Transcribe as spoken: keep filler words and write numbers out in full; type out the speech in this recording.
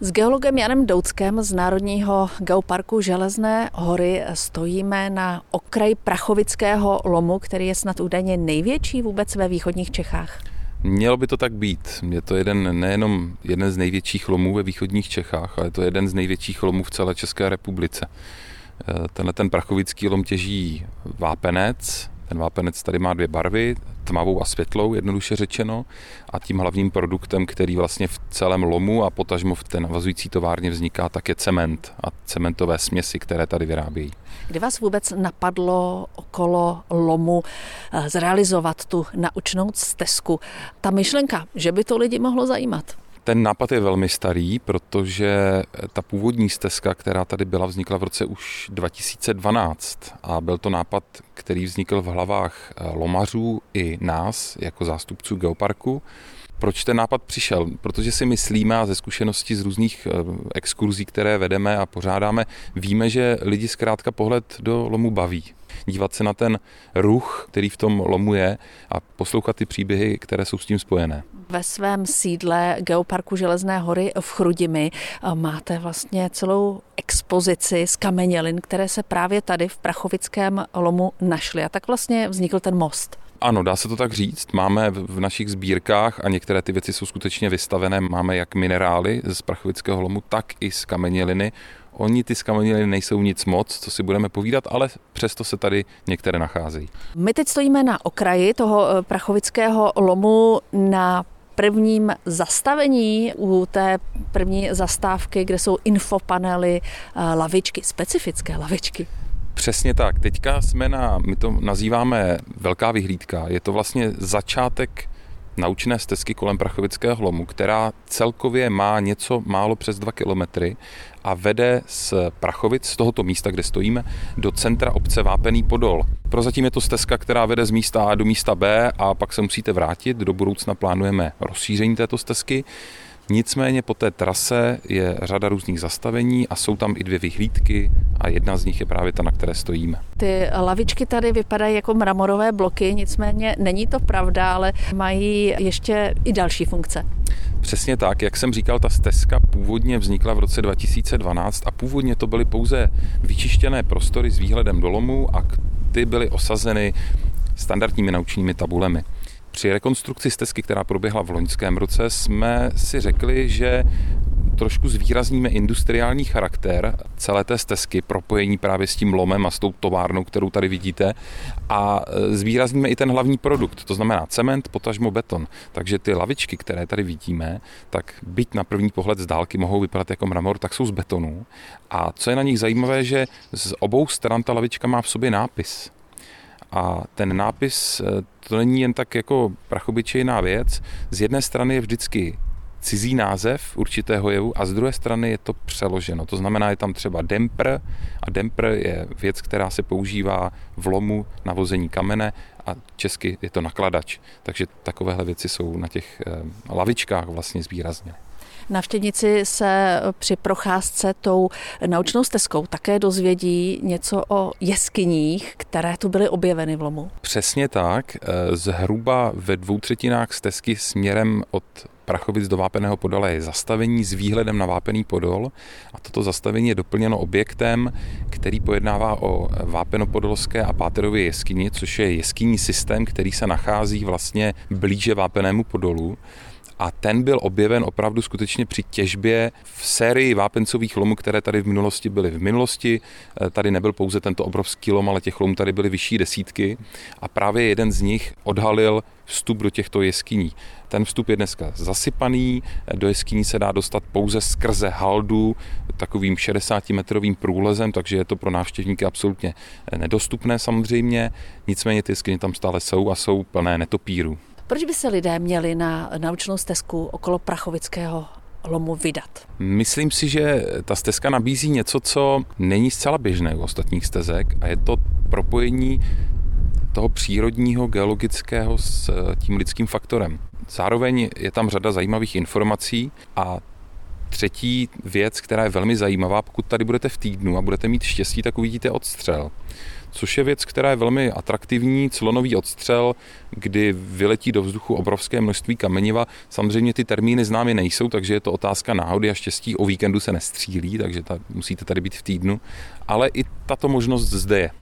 S geologem Janem Douckem z Národního geoparku Železné hory stojíme na okraji Prachovického lomu, který je snad údajně největší vůbec ve východních Čechách. Mělo by to tak být. Je to jeden, nejenom jeden z největších lomů ve východních Čechách, ale je to jeden z největších lomů v celé České republice. Tenhle ten prachovický lom těží vápenec. Ten vápenec tady má dvě barvy, tmavou a světlou, jednoduše řečeno. A tím hlavním produktem, který vlastně v celém lomu a potažmo v té navazující továrně vzniká, tak je cement a cementové směsi, které tady vyrábějí. Kdy vás vůbec napadlo okolo lomu zrealizovat tu naučnou stezku? Ta myšlenka, že by to lidi mohlo zajímat? Ten nápad je velmi starý, protože ta původní stezka, která tady byla, vznikla v roce už dva tisíce dvanáct a byl to nápad, který vznikl v hlavách lomařů i nás, jako zástupců geoparku. Proč ten nápad přišel? Protože si myslíme a ze zkušeností z různých exkurzí, které vedeme a pořádáme, víme, že lidi zkrátka pohled do lomu baví. Dívat se na ten ruch, který v tom lomu je a poslouchat ty příběhy, které jsou s tím spojené. Ve svém sídle geoparku Železné hory v Chrudimi máte vlastně celou expozici z kamenělin, které se právě tady v Prachovickém lomu našly. A tak vlastně vznikl ten most. Ano, dá se to tak říct. Máme v našich sbírkách a některé ty věci jsou skutečně vystavené. Máme jak minerály z Prachovického lomu, tak i z kameněliny. Oni ty z kameněliny nejsou nic moc, co si budeme povídat, ale přesto se tady některé nacházejí. My teď stojíme na okraji toho Prachovického lomu na prvním zastavení u té první zastávky, kde jsou infopanely, lavičky, specifické lavičky. Přesně tak. Teďka jsme na, my to nazýváme velká vyhlídka. Je to vlastně začátek naučné stezky kolem Prachovického lomu, která celkově má něco málo přes dva kilometry a vede z Prachovic, z tohoto místa, kde stojíme, do centra obce Vápený Podol. Prozatím je to stezka, která vede z místa A do místa B a pak se musíte vrátit. Do budoucna plánujeme rozšíření této stezky. Nicméně po té trase je řada různých zastavení a jsou tam i dvě vyhlídky a jedna z nich je právě ta, na které stojíme. Ty lavičky tady vypadají jako mramorové bloky, nicméně není to pravda, ale mají ještě i další funkce. Přesně tak, jak jsem říkal, ta stezka původně vznikla v roce dva tisíce dvanáct a původně to byly pouze vyčištěné prostory s výhledem do lomu a ty byly osazeny standardními naučnými tabulemi. Při rekonstrukci stezky, která proběhla v loňském roce, jsme si řekli, že trošku zvýrazníme industriální charakter celé té stezky, propojení právě s tím lomem a s tou továrnou, kterou tady vidíte, a zvýrazníme i ten hlavní produkt, to znamená cement, potažmo beton. Takže ty lavičky, které tady vidíme, tak byť na první pohled z dálky mohou vypadat jako mramor, tak jsou z betonu. A co je na nich zajímavé, že z obou stran ta lavička má v sobě nápis. A ten nápis, to není jen tak jako prachobyčejná věc. Z jedné strany je vždycky cizí název určitého jevu a z druhé strany je to přeloženo. To znamená, je tam třeba dempr a dempr je věc, která se používá v lomu na vození kamene a česky je to nakladač. Takže takovéhle věci jsou na těch lavičkách vlastně zvýrazněny. Navštěvníci se při procházce tou naučnou stezkou také dozvědí něco o jeskyních, které tu byly objeveny v lomu. Přesně tak. Zhruba ve dvou třetinách stezky směrem od Prachovic do Vápeného Podola je zastavení s výhledem na Vápený Podol a toto zastavení je doplněno objektem, který pojednává o Vápenopodolské a Páterově jeskyni, což je jeskyní systém, který se nachází vlastně blíže Vápenému Podolu. A ten byl objeven opravdu skutečně při těžbě v sérii vápencových lomů, které tady v minulosti byly. V minulosti tady nebyl pouze tento obrovský lom, ale těch lomů tady byly vyšší desítky a právě jeden z nich odhalil vstup do těchto jeskyní. Ten vstup je dneska zasypaný, do jeskyní se dá dostat pouze skrze haldu, takovým šedesátimetrovým průlezem, takže je to pro návštěvníky absolutně nedostupné samozřejmě, nicméně ty jeskyně tam stále jsou a jsou plné netopírů. Proč by se lidé měli na naučnou stezku okolo Prachovického lomu vydat? Myslím si, že ta stezka nabízí něco, co není zcela běžné u ostatních stezek a je to propojení toho přírodního, geologického s tím lidským faktorem. Zároveň je tam řada zajímavých informací a třetí věc, která je velmi zajímavá, pokud tady budete v týdnu a budete mít štěstí, tak uvidíte odstřel. což je věc, která je velmi atraktivní, clonový odstřel, kdy vyletí do vzduchu obrovské množství kameniva. Samozřejmě ty termíny známy nejsou, takže je to otázka náhody a štěstí. O víkendu se nestřílí, takže ta, musíte tady být v týdnu, ale i tato možnost zde je.